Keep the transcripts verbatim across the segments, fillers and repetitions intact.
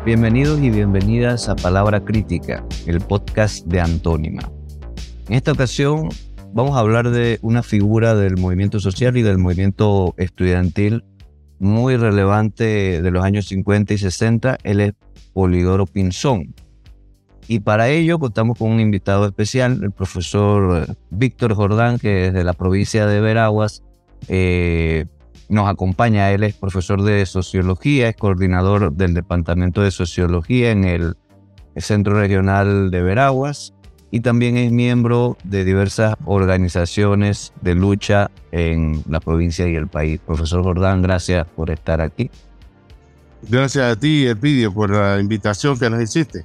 Bienvenidos y bienvenidas a Palabra Crítica, el podcast de Antónima. En esta ocasión vamos a hablar de una figura del movimiento social y del movimiento estudiantil muy relevante de los años cincuenta y sesenta. Él es Polidoro Pinzón. Y para ello contamos con un invitado especial, el profesor Víctor Jordán, que desde la provincia de Veraguas eh, nos acompaña. Él es profesor de Sociología, es coordinador del Departamento de Sociología en el, el Centro Regional de Veraguas y también es miembro de diversas organizaciones de lucha en la provincia y el país. Profesor Jordán, gracias por estar aquí. Gracias a ti, Elpidio, por la invitación que nos hiciste.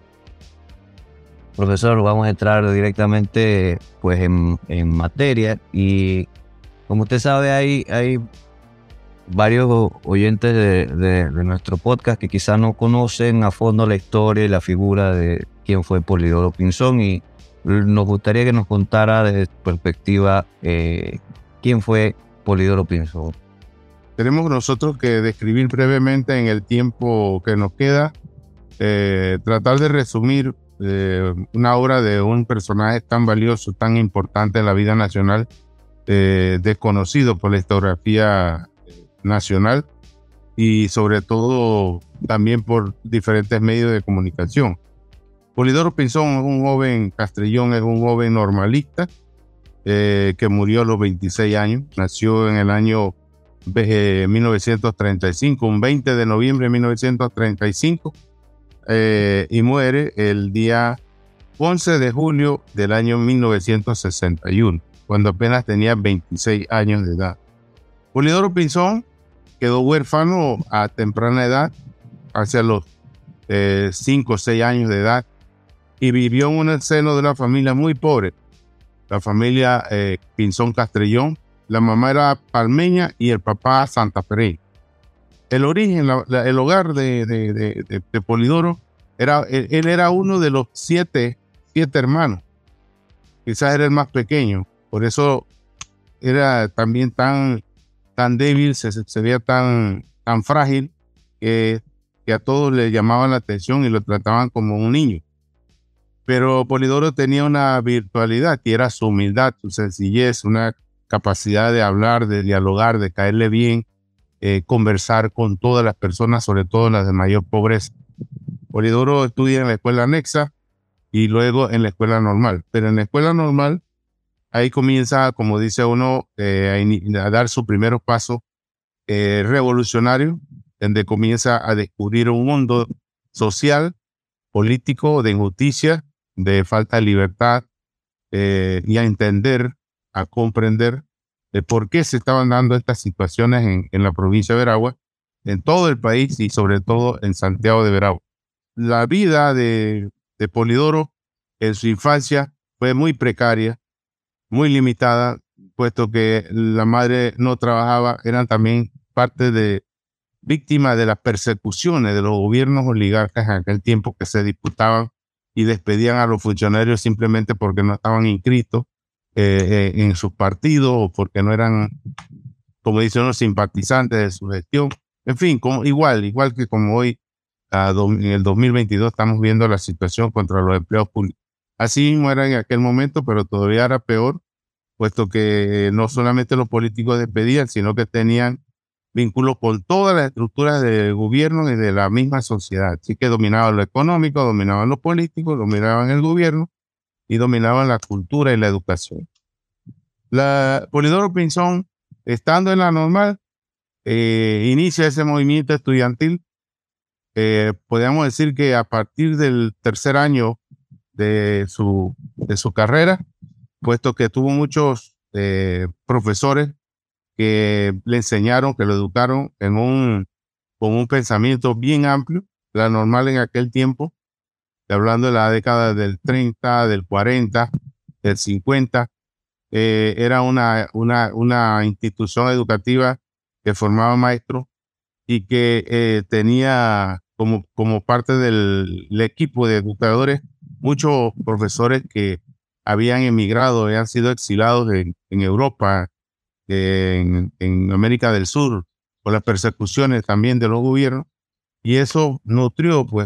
Profesor, vamos a entrar directamente pues, en, en materia y como usted sabe hay, hay varios oyentes de, de, de nuestro podcast que quizás no conocen a fondo la historia y la figura de quién fue Polidoro Pinzón, y nos gustaría que nos contara desde su perspectiva eh, quién fue Polidoro Pinzón. Tenemos nosotros que describir brevemente en el tiempo que nos queda, eh, tratar de resumir eh, una obra de un personaje tan valioso, tan importante en la vida nacional, eh, desconocido por la historiografía nacional y sobre todo también por diferentes medios de comunicación. Polidoro Pinzón es un joven castrillón, es un joven normalista eh, que murió a los veintiséis años. Nació en el año eh, mil novecientos treinta y cinco, un veinte de noviembre de mil novecientos treinta y cinco, eh, y muere el día once de julio del año mil novecientos sesenta y uno, cuando apenas tenía veintiséis años de edad. Polidoro Pinzón quedó huérfano a temprana edad, hacia los cinco o seis años de edad, y vivió en el seno de una familia muy pobre, la familia eh, Pinzón Castrillón. La mamá era palmeña y el papá santafereño. El origen, la, la, el hogar de, de, de, de, de Polidoro, era, él, él era uno de los siete, siete hermanos. Quizás era el más pequeño, por eso era también tan... tan débil, se, se veía tan, tan frágil que, que a todos le llamaban la atención y lo trataban como un niño. Pero Polidoro tenía una virtualidad y era su humildad, su sencillez, una capacidad de hablar, de dialogar, de caerle bien, eh, conversar con todas las personas, sobre todo las de mayor pobreza. Polidoro estudia en la escuela anexa y luego en la escuela normal, pero en la escuela normal ahí comienza, como dice uno, eh, a, a dar su primer paso eh, revolucionario, donde comienza a descubrir un mundo social, político, de injusticia, de falta de libertad, eh, y a entender, a comprender de por qué se estaban dando estas situaciones en, en la provincia de Veraguas, en todo el país y sobre todo en Santiago de Veraguas. La vida de, de Polidoro en su infancia fue muy precaria, muy limitada, puesto que la madre no trabajaba, eran también parte de víctimas de las persecuciones de los gobiernos oligarcas en aquel tiempo, que se disputaban y despedían a los funcionarios simplemente porque no estaban inscritos eh, en sus partidos o porque no eran, como dicen unos, simpatizantes de su gestión. En fin, como, igual, igual que como hoy, a do, en el dos mil veintidós, estamos viendo la situación contra los empleados públicos. Así mismo era en aquel momento, pero todavía era peor, puesto que no solamente los políticos despedían, sino que tenían vínculos con todas las estructuras del gobierno y de la misma sociedad. Así que dominaban lo económico, dominaban los políticos, dominaban el gobierno y dominaban la cultura y la educación. La Polidoro Pinzón, estando en la normal, eh, inicia ese movimiento estudiantil. Eh, podríamos decir que a partir del tercer año de su, de su carrera, puesto que tuvo muchos eh, profesores que le enseñaron, que lo educaron en un, con un pensamiento bien amplio. La normal en aquel tiempo, hablando de la década del treinta, del cuarenta, del cincuenta, eh, era una, una, una institución educativa que formaba maestros y que eh, tenía como, como parte del, del equipo de educadores muchos profesores que habían emigrado, habían sido exilados en, en Europa, en, en América del Sur, por las persecuciones también de los gobiernos, y eso nutrió pues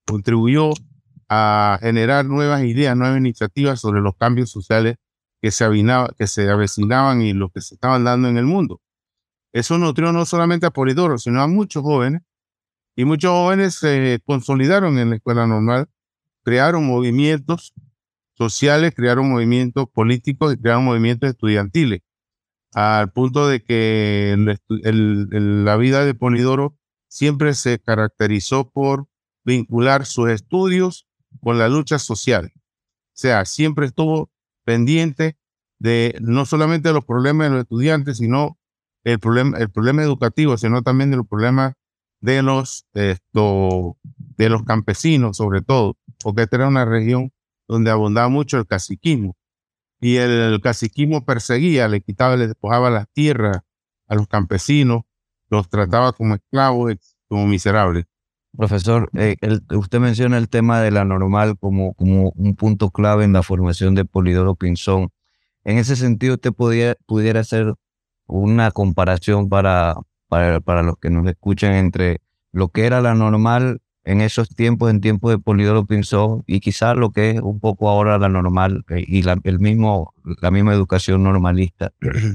contribuyó a generar nuevas ideas, nuevas iniciativas sobre los cambios sociales que se, avinaba, que se avecinaban y los que se estaban dando en el mundo. Eso nutrió no solamente a Polidoro, sino a muchos jóvenes, y muchos jóvenes se consolidaron en la escuela normal, crearon movimientos sociales, crearon movimientos políticos y crearon movimientos estudiantiles, al punto de que el, el, el, la vida de Polidoro siempre se caracterizó por vincular sus estudios con la lucha social. O sea, siempre estuvo pendiente de no solamente de los problemas de los estudiantes, sino el problema, el problema educativo, sino también de los problemas de los, esto, de los campesinos, sobre todo, porque esta era una región donde abundaba mucho el caciquismo. Y el, el caciquismo perseguía, le quitaba, le despojaba las tierras a los campesinos, los trataba como esclavos, como miserables. Profesor, eh, el, usted menciona el tema de la normal como, como un punto clave en la formación de Polidoro Pinzón. En ese sentido, usted podía, pudiera hacer una comparación para, para, para los que nos escuchan entre lo que era la normal en esos tiempos, en tiempos de Polidoro Pinzón, y quizás lo que es un poco ahora la normal eh, y la, el mismo, la misma educación normalista.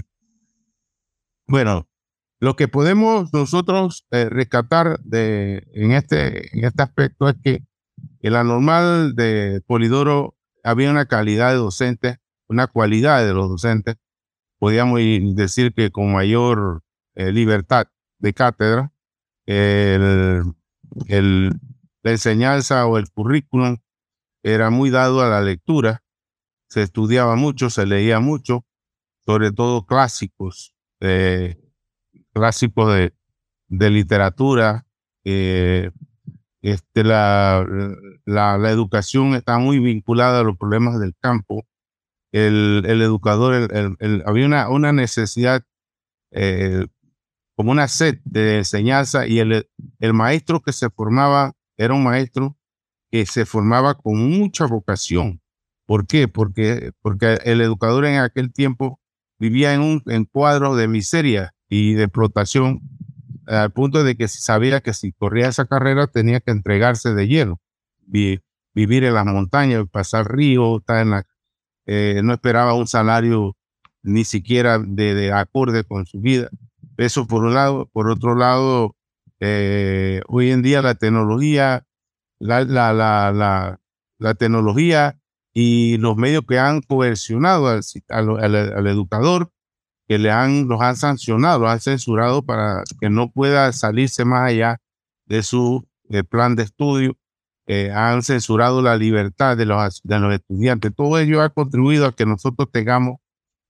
Bueno, lo que podemos nosotros eh, rescatar de, en, este, en este aspecto es que en la normal de Polidoro había una calidad de docentes, una cualidad de los docentes, podríamos decir que con mayor eh, libertad de cátedra, el, el, la enseñanza o el currículum era muy dado a la lectura, se estudiaba mucho, se leía mucho, sobre todo clásicos, eh, clásicos de, de literatura. Eh, este, la, la, la educación está muy vinculada a los problemas del campo. El, el educador, el, el, el, había una, una necesidad, eh, como una sed de enseñanza, y el, el maestro que se formaba era un maestro que se formaba con mucha vocación. ¿Por qué? Porque, porque el educador en aquel tiempo vivía en un en cuadro de miseria y de explotación, al punto de que sabía que si corría esa carrera tenía que entregarse de lleno, Vi, vivir en las montañas, pasar ríos, estar en la, eh, no esperaba un salario ni siquiera de, de acorde con su vida. Eso por un lado. Por otro lado, eh, hoy en día la tecnología, la, la, la, la, la tecnología y los medios que han coercionado al, al, al, al educador, que le han, los han sancionado, los han censurado para que no pueda salirse más allá de su eh, plan de estudio, eh, han censurado la libertad de los, de los estudiantes. Todo ello ha contribuido a que nosotros tengamos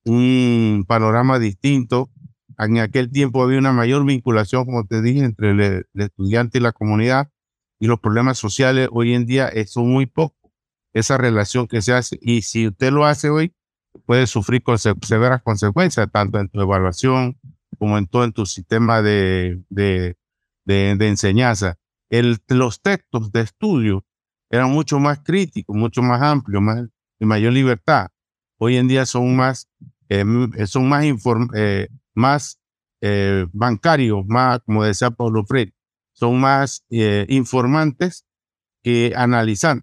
un panorama distinto. En aquel tiempo había una mayor vinculación, como te dije, entre el, el estudiante y la comunidad, y los problemas sociales hoy en día son muy pocos, esa relación que se hace, y si usted lo hace hoy, puede sufrir conse severas consecuencias, tanto en tu evaluación como en todo en tu sistema de, de, de, de enseñanza. El, los textos de estudio eran mucho más críticos, mucho más amplios, más, de mayor libertad. Hoy en día son más, eh, son más, inform eh, más eh, bancarios, más, como decía Paulo Freire, son más eh, informantes que analizantes.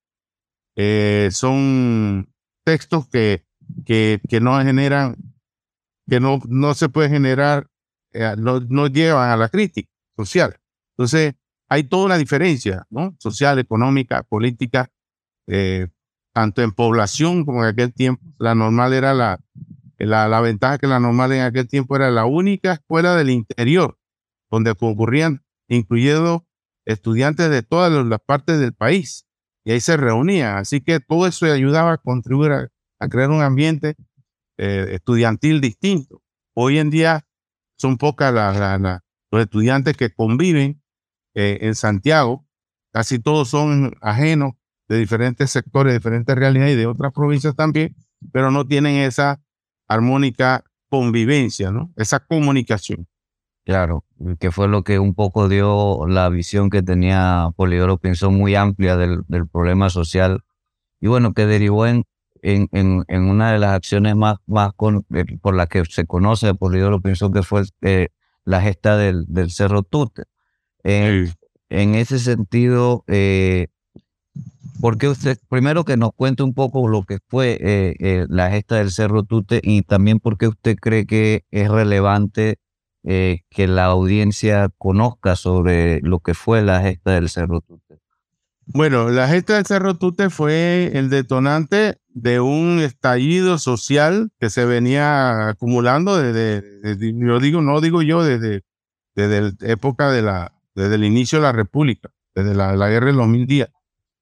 Eh, son textos que, que, que no generan, que no, no se puede generar, eh, no, no llevan a la crítica social. Entonces, hay toda una diferencia, ¿no? Social, económica, política, eh, tanto en población como en aquel tiempo. La normal era la, la, la ventaja que la normal en aquel tiempo era la única escuela del interior donde concurrían, incluyendo estudiantes de todas las partes del país, y ahí se reunían. Así que todo eso ayudaba a contribuir a, a crear un ambiente eh, estudiantil distinto. Hoy en día son pocas la, la, la, los estudiantes que conviven eh, en Santiago. Casi todos son ajenos de diferentes sectores, de diferentes realidades y de otras provincias también, pero no tienen esa armónica convivencia, ¿no? Esa comunicación. Claro, que fue lo que un poco dio la visión que tenía Polidoro Pinzón, muy amplia del, del problema social, y bueno, que derivó en, en, en, en una de las acciones más, más con, eh, por la que se conoce a Polidoro Pinzón, que fue eh, la gesta del, del Cerro Tute. Eh, Sí. En ese sentido, eh, ¿por qué usted, primero que nos cuente un poco lo que fue eh, eh, la gesta del Cerro Tute y también por qué usted cree que es relevante eh, que la audiencia conozca sobre lo que fue la gesta del Cerro Tute? Bueno, la gesta del Cerro Tute fue el detonante de un estallido social que se venía acumulando desde, desde yo digo, no digo yo, desde, desde la época de la, desde el inicio de la República, desde la, la guerra de los mil días,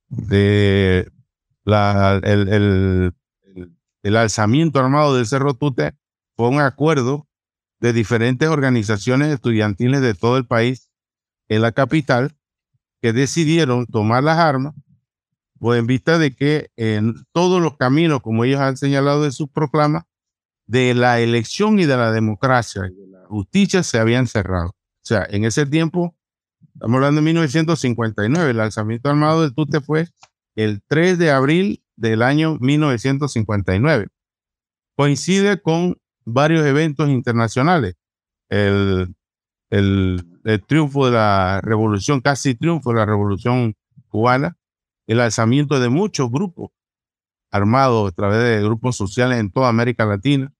de la, el, el, el, el alzamiento armado del Cerro Tute fue un acuerdo de diferentes organizaciones estudiantiles de todo el país en la capital que decidieron tomar las armas, pues en vista de que en todos los caminos, como ellos han señalado en sus proclamas, de la elección y de la democracia y de la justicia se habían cerrado. O sea, en ese tiempo, estamos hablando de mil novecientos cincuenta y nueve, el alzamiento armado del Tute fue el tres de abril del año mil novecientos cincuenta y nueve. Coincide con varios eventos internacionales. El, el, el triunfo de la revolución, casi triunfo de la revolución cubana, el alzamiento de muchos grupos armados a través de grupos sociales en toda América Latina.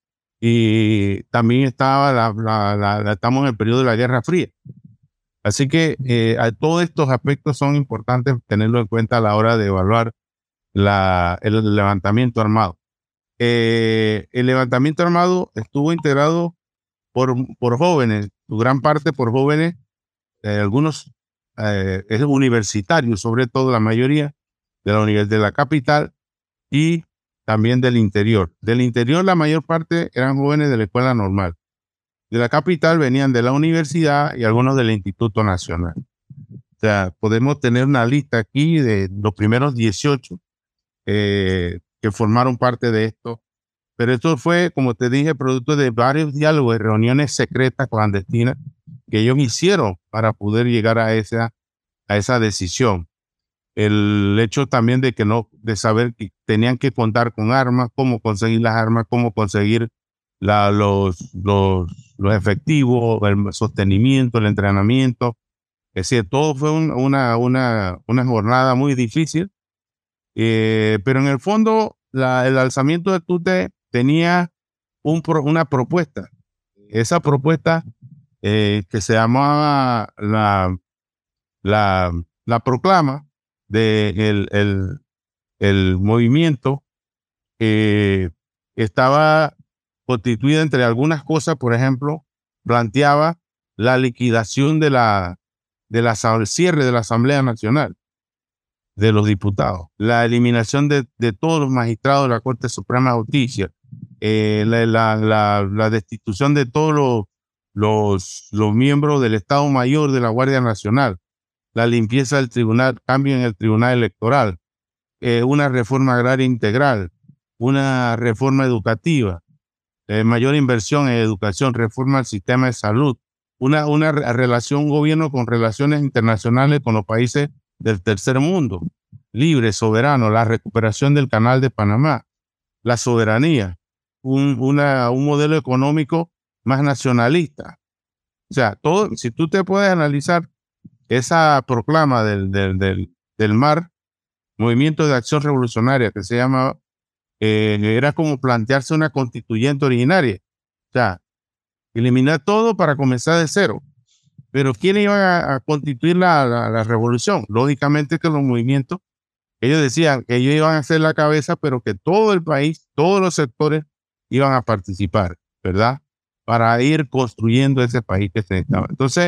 Y también estaba la, la, la, la, estamos en el periodo de la Guerra Fría. Así que eh, a todos estos aspectos son importantes tenerlo en cuenta a la hora de evaluar la, el levantamiento armado. Eh, el levantamiento armado estuvo integrado por, por jóvenes, su gran parte por jóvenes, eh, algunos eh, universitarios, sobre todo la mayoría de la universidad de la capital y también del interior. Del interior la mayor parte eran jóvenes de la escuela normal. De la capital venían de la universidad y algunos del Instituto Nacional. O sea, podemos tener una lista aquí de los primeros dieciocho eh, que formaron parte de esto. Pero esto fue, como te dije, producto de varios diálogos y reuniones secretas, clandestinas, que ellos hicieron para poder llegar a esa, a esa decisión. El hecho también de que no, de saber que tenían que contar con armas, cómo conseguir las armas, cómo conseguir la, los, los, los efectivos, el sostenimiento, el entrenamiento. Es decir, todo fue un, una, una, una jornada muy difícil, eh, pero en el fondo la, el alzamiento de Tute tenía un, una propuesta. Esa propuesta eh, que se llamaba la, la, la proclama de el, el, el movimiento eh, estaba constituida entre algunas cosas. Por ejemplo, planteaba la liquidación de la, de la, el cierre de la Asamblea Nacional de los Diputados, la eliminación de, de todos los magistrados de la Corte Suprema de Justicia, eh, la, la, la, la destitución de todos los, los, los miembros del Estado Mayor de la Guardia Nacional, la limpieza del tribunal, cambio en el tribunal electoral, eh, una reforma agraria integral, una reforma educativa, eh, mayor inversión en educación, reforma del sistema de salud, una, una relación, un gobierno con relaciones internacionales con los países del tercer mundo, libre, soberano, la recuperación del canal de Panamá, la soberanía, un, una, un modelo económico más nacionalista. O sea, todo, si tú te puedes analizar esa proclama del, del, del, del M A R, Movimiento de Acción Revolucionaria, que se llama, eh, era como plantearse una constituyente originaria. O sea, eliminar todo para comenzar de cero. Pero ¿quiénes iban a, a constituir la, la, la revolución? Lógicamente que los movimientos, ellos decían que ellos iban a hacer la cabeza, pero que todo el país, todos los sectores iban a participar, ¿verdad? Para ir construyendo ese país que se necesitaba. Entonces,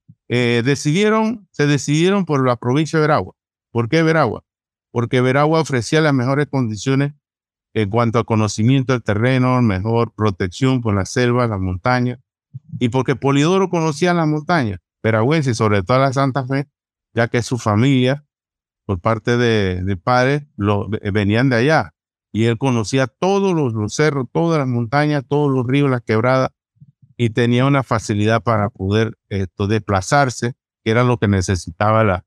eh, decidieron, se decidieron por la provincia de Veragua. ¿Por qué Veragua? Porque Veragua ofrecía las mejores condiciones en cuanto a conocimiento del terreno, mejor protección por las selvas, las montañas, y porque Polidoro conocía las montañas veragüenses, sobre todo la Santa Fe, ya que su familia, por parte de, de padres, lo, venían de allá, y él conocía todos los, los cerros, todas las montañas, todos los ríos, las quebradas, y tenía una facilidad para poder esto, desplazarse, que era lo que necesitaba la,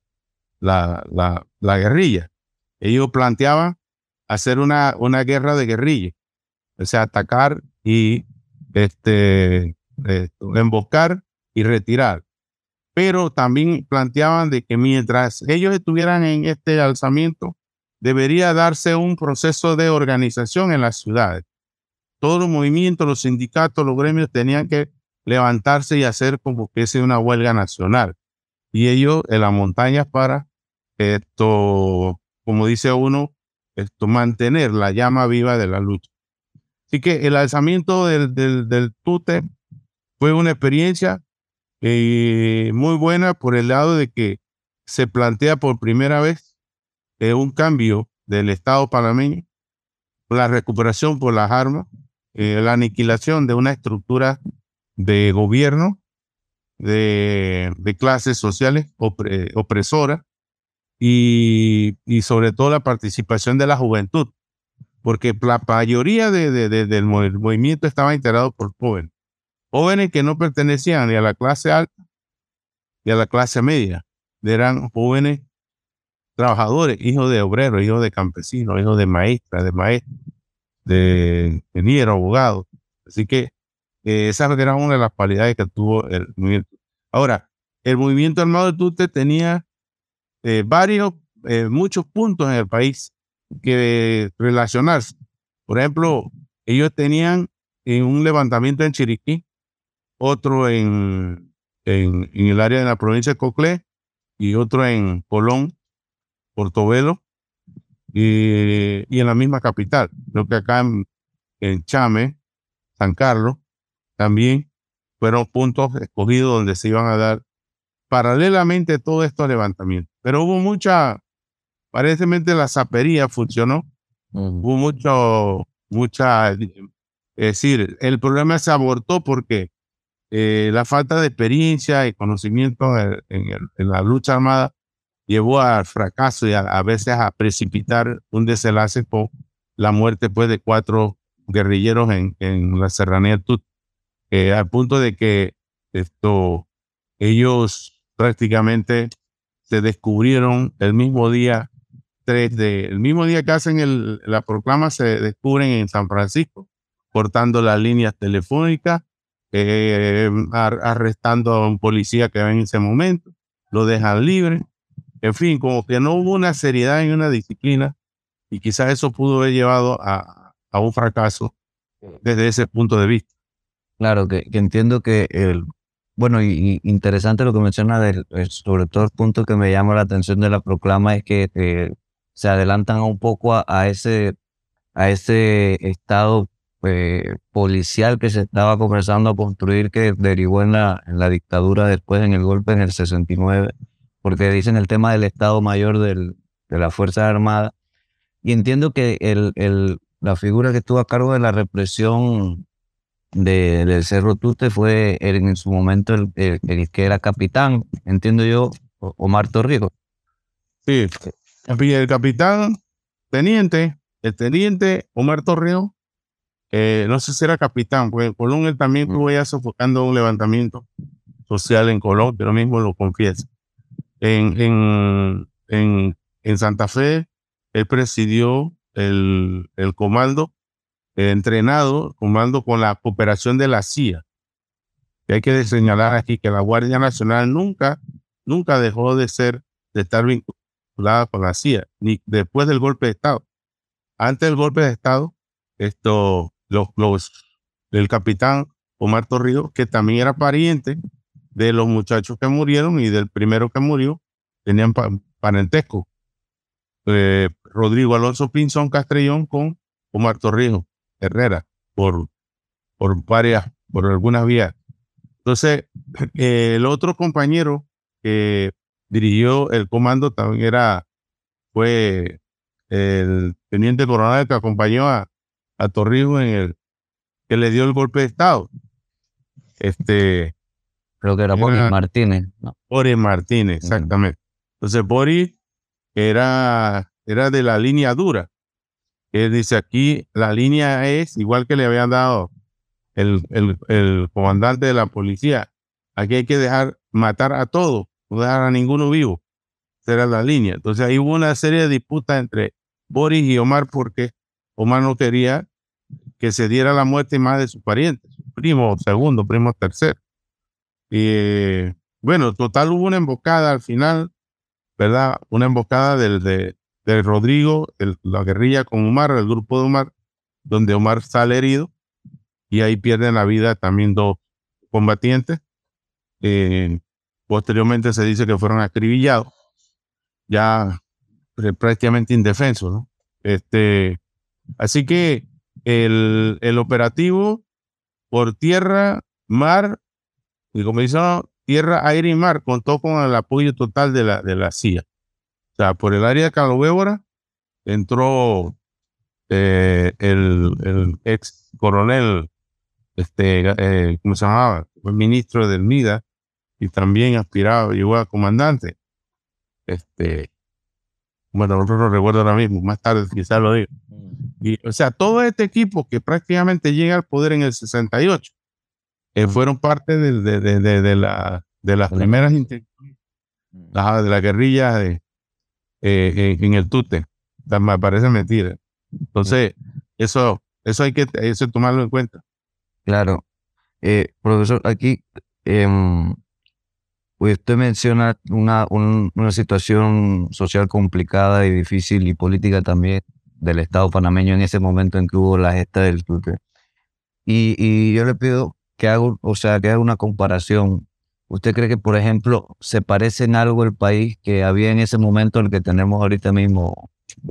la, la, la guerrilla. Ellos planteaban hacer una, una guerra de guerrilla, o sea, atacar y este, esto, emboscar y retirar. pero también planteaban de que mientras ellos estuvieran en este alzamiento, debería darse un proceso de organización en las ciudades. Todos los movimientos, los sindicatos, los gremios tenían que levantarse y hacer como que sea una huelga nacional. Y ellos en las montañas para esto, como dice uno, esto, mantener la llama viva de la lucha. Así que el alzamiento del, del, del Tute fue una experiencia eh, muy buena por el lado de que se plantea por primera vez eh, un cambio del Estado panameño, la recuperación por las armas, eh, la aniquilación de una estructura de gobierno de, de clases sociales opre, opresoras y, y sobre todo la participación de la juventud, porque la mayoría de, de, de, del movimiento estaba integrado por jóvenes, jóvenes que no pertenecían ni a la clase alta ni a la clase media, eran jóvenes trabajadores, hijos de obreros, hijos de campesinos, hijos de maestras, de maestros, de ingenieros, abogados. Así que eh, esa era una de las cualidades que tuvo el movimiento. Ahora, el movimiento armado de Tute tenía eh, varios, eh, muchos puntos en el país que relacionarse. Por ejemplo, ellos tenían eh, un levantamiento en Chiriquí, otro en, en, en el área de la provincia de Coclé y otro en Colón, Portobelo y, y en la misma capital. Creo que acá en, en Chame, San Carlos, también fueron puntos escogidos donde se iban a dar paralelamente todos estos levantamientos. Pero hubo mucha, aparentemente la sapería funcionó, uh-huh. Hubo mucho, mucha, es decir, el problema se abortó porque eh, la falta de experiencia y conocimiento en, en, el, en la lucha armada llevó al fracaso y a, a veces a precipitar un desenlace con la muerte pues, de cuatro guerrilleros en, en la serranía de Tut, eh, al punto de que esto, ellos prácticamente se descubrieron el mismo día, tres de, el mismo día que hacen el, la proclama, se descubren en San Francisco, cortando las líneas telefónicas, eh, ar, arrestando a un policía que va en ese momento, lo dejan libre. En fin, como que no hubo una seriedad y una disciplina, y quizás eso pudo haber llevado a, a un fracaso desde ese punto de vista. Claro, que, que entiendo que, el, bueno, y, y interesante lo que menciona, del, sobre todo el punto que me llama la atención de la proclama es que eh, se adelantan un poco a, a, ese, a ese estado eh, policial que se estaba comenzando a construir, que derivó en la, en la dictadura después, en el golpe en el sesenta y nueve, porque dicen el tema del Estado Mayor del, de las Fuerzas Armadas. Y entiendo que el, el, la figura que estuvo a cargo de la represión de, del Cerro Tute fue en, en su momento el, el, el que era capitán, entiendo yo, Omar Torrijos. Sí, el capitán, teniente, el teniente Omar Torrijos, eh, no sé si era capitán, porque en Colón él también estuvo ya sofocando un levantamiento social en Colón, pero mismo lo confiesa. En, en, en, en Santa Fe, él presidió el, el comando eh, entrenado, comando con la cooperación de la C I A. Y hay que señalar aquí que la Guardia Nacional nunca, nunca dejó de ser, de estar vinculada con la C I A, ni después del golpe de Estado. Antes del golpe de Estado, esto, los, los, el capitán Omar Torrijos, que también era pariente de los muchachos que murieron y del primero que murió, tenían pa parentesco. Eh, Rodrigo Alonso Pinzón Castrellón con Omar Torrijos Herrera, por, por varias, por algunas vías. Entonces, eh, el otro compañero que dirigió el comando también era, fue el teniente coronel que acompañó a, a Torrijos en el, que le dio el golpe de Estado. Este, Creo que era, era Boris Martínez. ¿No? Boris Martínez, exactamente. Uh-huh. Entonces, Boris era, era de la línea dura. Él dice aquí, la línea es igual que le habían dado el, el, el comandante de la policía. Aquí hay que dejar matar a todos, no dejar a ninguno vivo. Esa era la línea. Entonces ahí hubo una serie de disputas entre Boris y Omar porque Omar no quería que se diera la muerte más de sus parientes, su primo segundo, primo tercero. Y Bueno, total hubo una emboscada al final, ¿verdad? Una emboscada del, de, de Rodrigo, el, la guerrilla con Omar, el grupo de Omar, donde Omar sale herido y ahí pierden la vida también dos combatientes. Eh, posteriormente se dice que fueron acribillados, ya prácticamente indefensos, ¿no? Este, así que el, el operativo por tierra, mar, y como dicen, no, tierra, aire y mar, contó con el apoyo total de la, de la C I A. O sea, por el área de Calobébora entró eh, el, el ex coronel, este, eh, ¿cómo se llamaba? Fue ministro del MIDA y también aspirado, llegó a comandante. Este, bueno, no lo recuerdo ahora mismo, más tarde quizás lo digo. Y, o sea, todo este equipo que prácticamente llega al poder en el sesenta y ocho, eh, fueron parte de, de, de, de, de, la, de las primeras intenciones de la guerrilla de, eh, en, en el Tute. O sea, me parece mentira. Entonces, eso, eso hay que eso tomarlo en cuenta. Claro. Eh, profesor, aquí eh, usted menciona una, un, una situación social complicada y difícil y política también del Estado panameño en ese momento en que hubo la gesta del Tute. Y, y yo le pido que haga, o sea, que haga una comparación. ¿Usted cree que, por ejemplo, se parece en algo el país que había en ese momento al que tenemos ahorita mismo?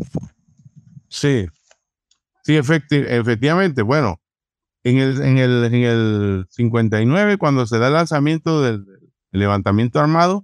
Sí, sí, efecti efectivamente. Bueno, en el, en, el, en el cincuenta y nueve, cuando se da el lanzamiento del, del levantamiento armado,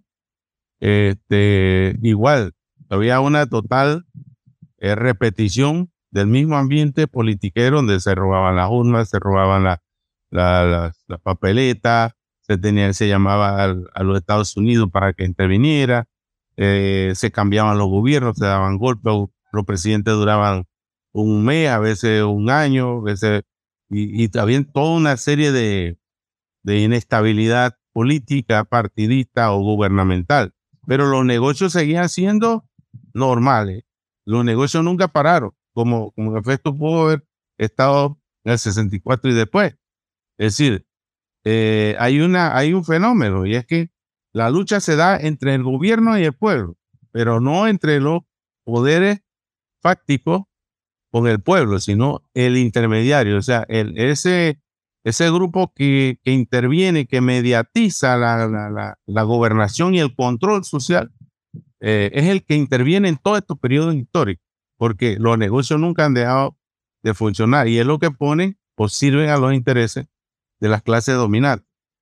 este, igual, había una total eh, repetición del mismo ambiente politiquero donde se robaban las urnas, se robaban la, la, las, las papeletas, se, tenía, se llamaba al, a los Estados Unidos para que interviniera, eh, se cambiaban los gobiernos, se daban golpes, los presidentes duraban un mes, a veces un año, a veces, y, y había toda una serie de, de inestabilidad política, partidista o gubernamental. Pero los negocios seguían siendo normales. Los negocios nunca pararon, como, como en efecto pudo haber estado en el sesenta y cuatro y después. Es decir, eh, hay, una, hay un fenómeno, y es que la lucha se da entre el gobierno y el pueblo, pero no entre los poderes fácticos con el pueblo, sino el intermediario, o sea, el, ese, ese grupo que, que interviene, que mediatiza la, la, la, la gobernación y el control social, eh, es el que interviene en todos estos periodos históricos, porque los negocios nunca han dejado de funcionar y es lo que ponen o sirven a los intereses de las clases dominantes.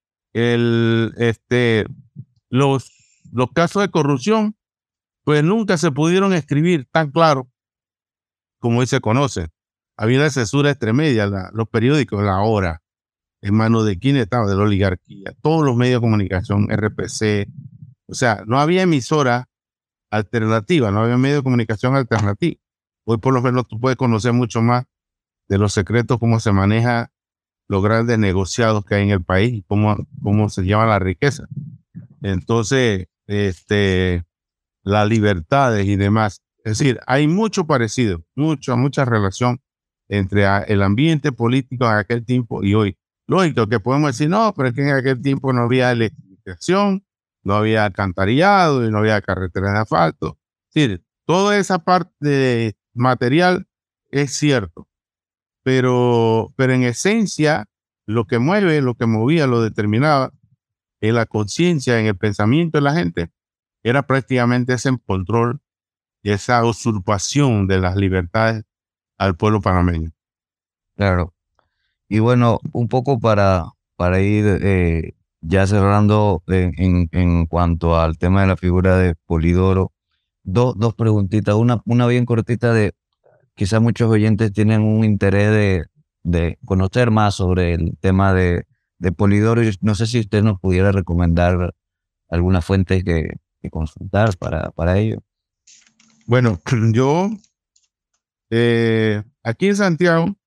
El, este, los, los casos de corrupción, pues nunca se pudieron escribir tan claro como hoy se conoce. Había una censura extremedia, la, los periódicos, La Hora, en manos de quién estaba, de la oligarquía, todos los medios de comunicación, R P C, o sea, no había emisora alternativa, no había medio de comunicación alternativa. Hoy por lo menos tú puedes conocer mucho más de los secretos, cómo se maneja los grandes negociados que hay en el país y cómo, cómo se lleva la riqueza. Entonces, este, las libertades y demás. Es decir, hay mucho parecido, mucha, mucha relación entre a, el ambiente político en aquel tiempo y hoy. Lógico que podemos decir, no, pero es que en aquel tiempo no había electrificación, no había alcantarillado y no había carreteras de asfalto. Es decir, toda esa parte material es cierto, pero, pero en esencia lo que mueve, lo que movía, lo determinaba en la conciencia, en el pensamiento de la gente, era prácticamente ese control y esa usurpación de las libertades al pueblo panameño. Claro. Y bueno, un poco para, para ir eh, ya cerrando en, en, en cuanto al tema de la figura de Polidoro, dos, dos preguntitas, una, una bien cortita de quizás muchos oyentes tienen un interés de, de conocer más sobre el tema de, de Polidoro. Y no sé si usted nos pudiera recomendar alguna fuente que, que consultar para, para ello. Bueno, yo eh, aquí en Santiago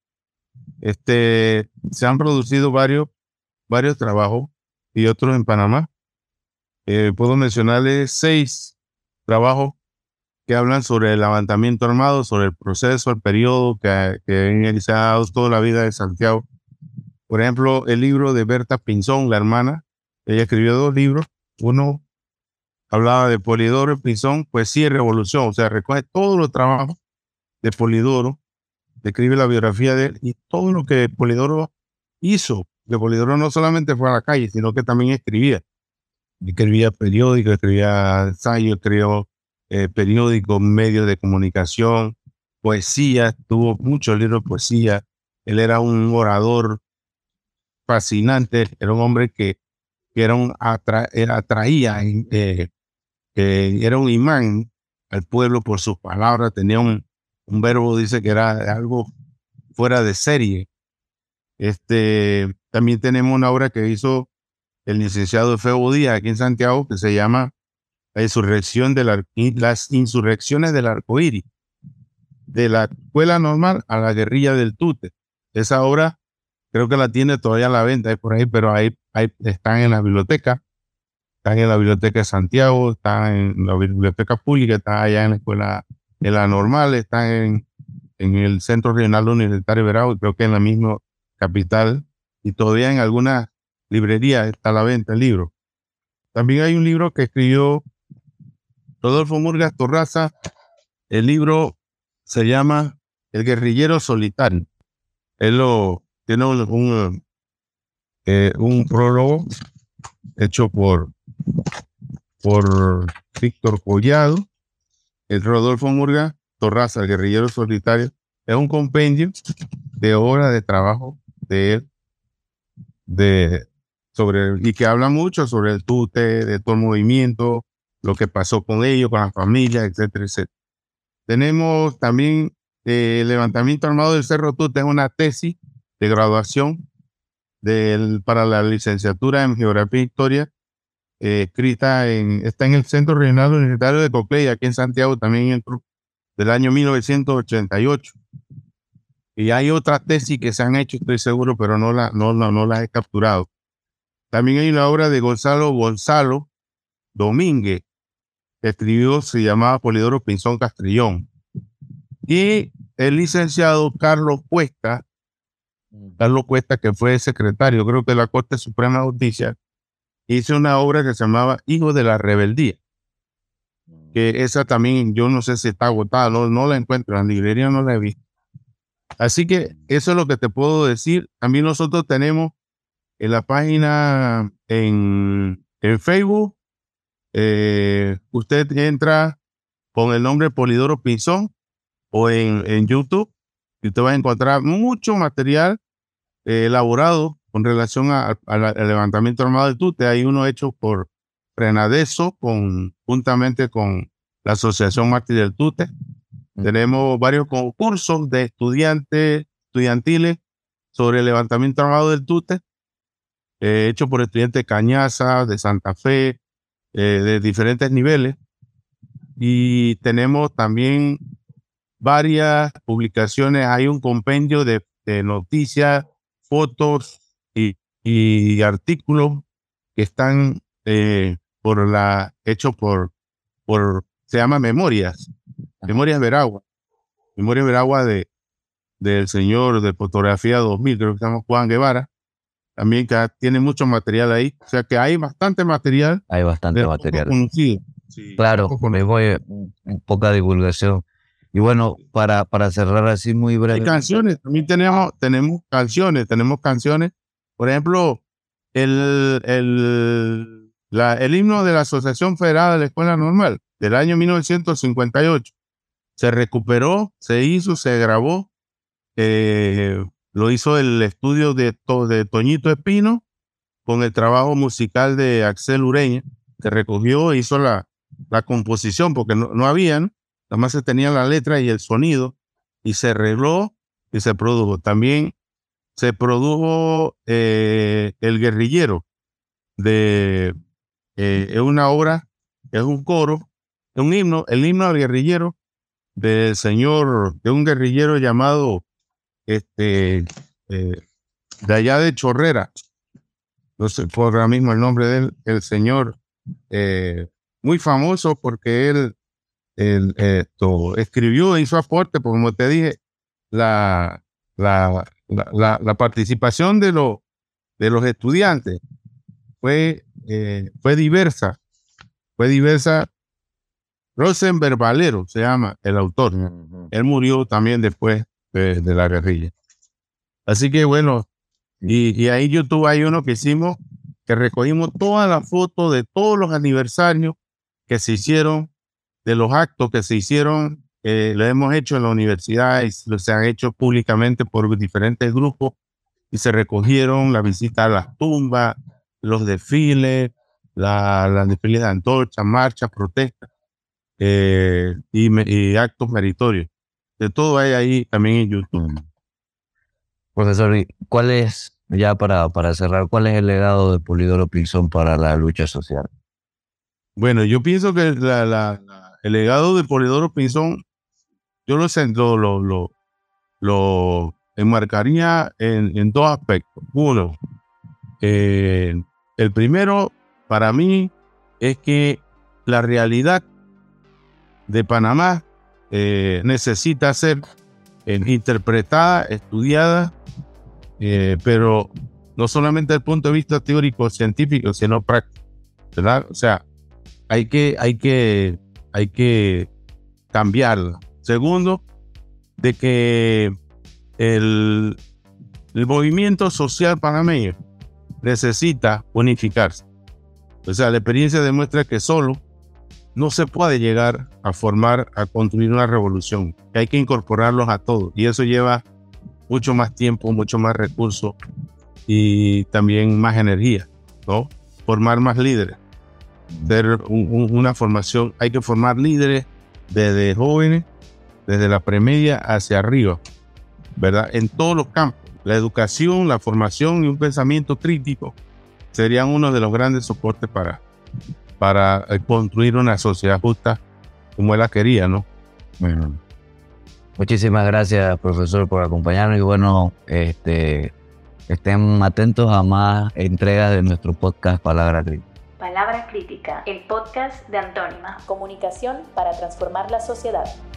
este, se han producido varios, varios trabajos y otros en Panamá. Eh, puedo mencionarles seis trabajos que hablan sobre el levantamiento armado, sobre el proceso, el periodo que, que se ha dado toda la vida de Santiago. Por ejemplo, el libro de Berta Pinzón, la hermana, ella escribió dos libros. Uno hablaba de Polidoro Pinzón, Poesía y Revolución, o sea, recoge todos los trabajos de Polidoro, describe la biografía de él y todo lo que Polidoro hizo. Que Polidoro no solamente fue a la calle, sino que también escribía. Escribía periódicos, escribía ensayos, escribió eh, periódicos, medios de comunicación, poesía, tuvo muchos libros de poesía. Él era un orador fascinante, era un hombre que, que era un atra, atraía, eh, que era un imán al pueblo por sus palabras, tenía un, un verbo, dice que era algo fuera de serie. Este, también tenemos una obra que hizo el licenciado Efebo Díaz aquí en Santiago, que se llama La insurrección del Ar- Las insurrecciones del arcoíris, de la escuela normal a la guerrilla del Tute. Esa obra creo que la tiene todavía a la venta, hay por ahí, pero ahí, ahí están en la biblioteca, están en la biblioteca de Santiago, están en la biblioteca pública, están allá en la escuela, en la normal, están en, en el Centro Regional Universitario Veragua, y creo que en la misma capital, y todavía en algunas librerías está a la venta el libro. También hay un libro que escribió Rodolfo Murgas Torraza, el libro se llama El guerrillero solitario. Él lo, tiene un, un, eh, un prólogo hecho por, por Víctor Collado. El Rodolfo Murgas Torraza, el guerrillero solitario, es un compendio de horas de trabajo de él, de, sobre, y que habla mucho sobre el tute, de todo el movimiento, lo que pasó con ellos, con la familia, etcétera, etcétera. Tenemos también eh, el levantamiento armado del Cerro Tute, es una tesis de graduación del, para la licenciatura en Geografía e Historia, eh, escrita en, está en el Centro Regional Universitario de Coclé, aquí en Santiago también entró, del año mil novecientos ochenta y ocho. Y hay otras tesis que se han hecho, estoy seguro, pero no, la, no, no, no las he capturado. También hay una obra de Gonzalo Gonzalo Domínguez, que escribió, se llamaba Polidoro Pinzón Castrillón. Y el licenciado Carlos Cuesta, Carlos Cuesta, que fue secretario, creo que de la Corte Suprema de Justicia, hizo una obra que se llamaba Hijo de la Rebeldía, que esa también, yo no sé si está agotada, no, no la encuentro, en la librería no la he visto. Así que eso es lo que te puedo decir. También nosotros tenemos en la página en, en Facebook, eh, usted entra con el nombre Polidoro Pinzón o en, en YouTube y usted va a encontrar mucho material eh, elaborado con relación a, a la, al levantamiento armado del Tute. Hay uno hecho por Frenadeso con, juntamente con la Asociación Mártir del Tute. Tenemos varios concursos de estudiantes, estudiantiles sobre el levantamiento armado del Tute, eh, hecho por estudiantes de Cañaza, de Santa Fe, eh, de diferentes niveles. Y tenemos también varias publicaciones. Hay un compendio de, de noticias, fotos y, y artículos que están eh, por la, hechos por, por, se llama Memorias. Memorias Veragua, Memorias Veragua de, del señor de Fotografía dos mil, creo que se llama Juan Guevara, también que tiene mucho material ahí, o sea que hay bastante material. Hay bastante material. Conocido. Sí, claro, me voy un poca divulgación. Y bueno, para, para cerrar así muy breve. Hay canciones, también tenemos, tenemos canciones, tenemos canciones, por ejemplo, el, el, la, el himno de la Asociación Federal de la Escuela Normal del año mil novecientos cincuenta y ocho. Se recuperó, se hizo, se grabó, eh, lo hizo el estudio de, to, de Toñito Espino con el trabajo musical de Axel Ureña, que recogió e hizo la, la composición, porque no, no habían, nada más se tenía la letra y el sonido, y se arregló y se produjo. También se produjo eh, El Guerrillero, de eh, es una obra, es un coro, es un himno, el himno al guerrillero del señor, de un guerrillero llamado este eh, de allá de Chorrera, no sé por ahora mismo el nombre de él, el señor eh, muy famoso porque él, él esto, escribió, hizo aporte, porque como te dije, la, la, la, la, la participación de, lo, de los estudiantes fue eh, fue diversa, fue diversa. Rosenberg Valero se llama el autor. Uh-huh. Él murió también después de, de la guerrilla. Así que bueno, y, y ahí en YouTube hay uno que hicimos, que recogimos todas las fotos de todos los aniversarios que se hicieron, de los actos que se hicieron, eh, lo hemos hecho en la universidad y se han hecho públicamente por diferentes grupos y se recogieron la visita a las tumbas, los desfiles, la, las desfiles de antorchas, marchas, protestas eh, y, me, y actos meritorios. De todo hay ahí también en YouTube. Profesor, ¿cuál es, ya para, para cerrar, cuál es el legado de Polidoro Pinzón para la lucha social? Bueno, yo pienso que la, la, la, el legado de Polidoro Pinzón, yo lo, lo, lo, lo, lo enmarcaría en, en dos aspectos. Uno, eh, el primero para mí es que la realidad de Panamá eh, necesita ser eh, interpretada, estudiada, eh, pero no solamente desde el punto de vista teórico, científico, sino práctico, ¿verdad? O sea, hay que, hay que, hay que cambiarla. Segundo, de que el, el movimiento social panameño necesita unificarse. O sea, la experiencia demuestra que solo no se puede llegar a formar, a construir una revolución. Que hay que incorporarlos a todos. Y eso lleva mucho más tiempo, mucho más recursos y también más energía, ¿no? Formar más líderes. Ser un, un, una formación, hay que formar líderes desde jóvenes, desde la premedia hacia arriba, ¿verdad? En todos los campos. La educación, la formación y un pensamiento crítico serían uno de los grandes soportes para, para construir una sociedad justa como él la quería, ¿no? Bueno, muchísimas gracias, profesor, por acompañarnos y bueno, este, estén atentos a más entregas de nuestro podcast Palabra Crítica. Palabra Crítica, el podcast de Antónima. Comunicación para transformar la sociedad.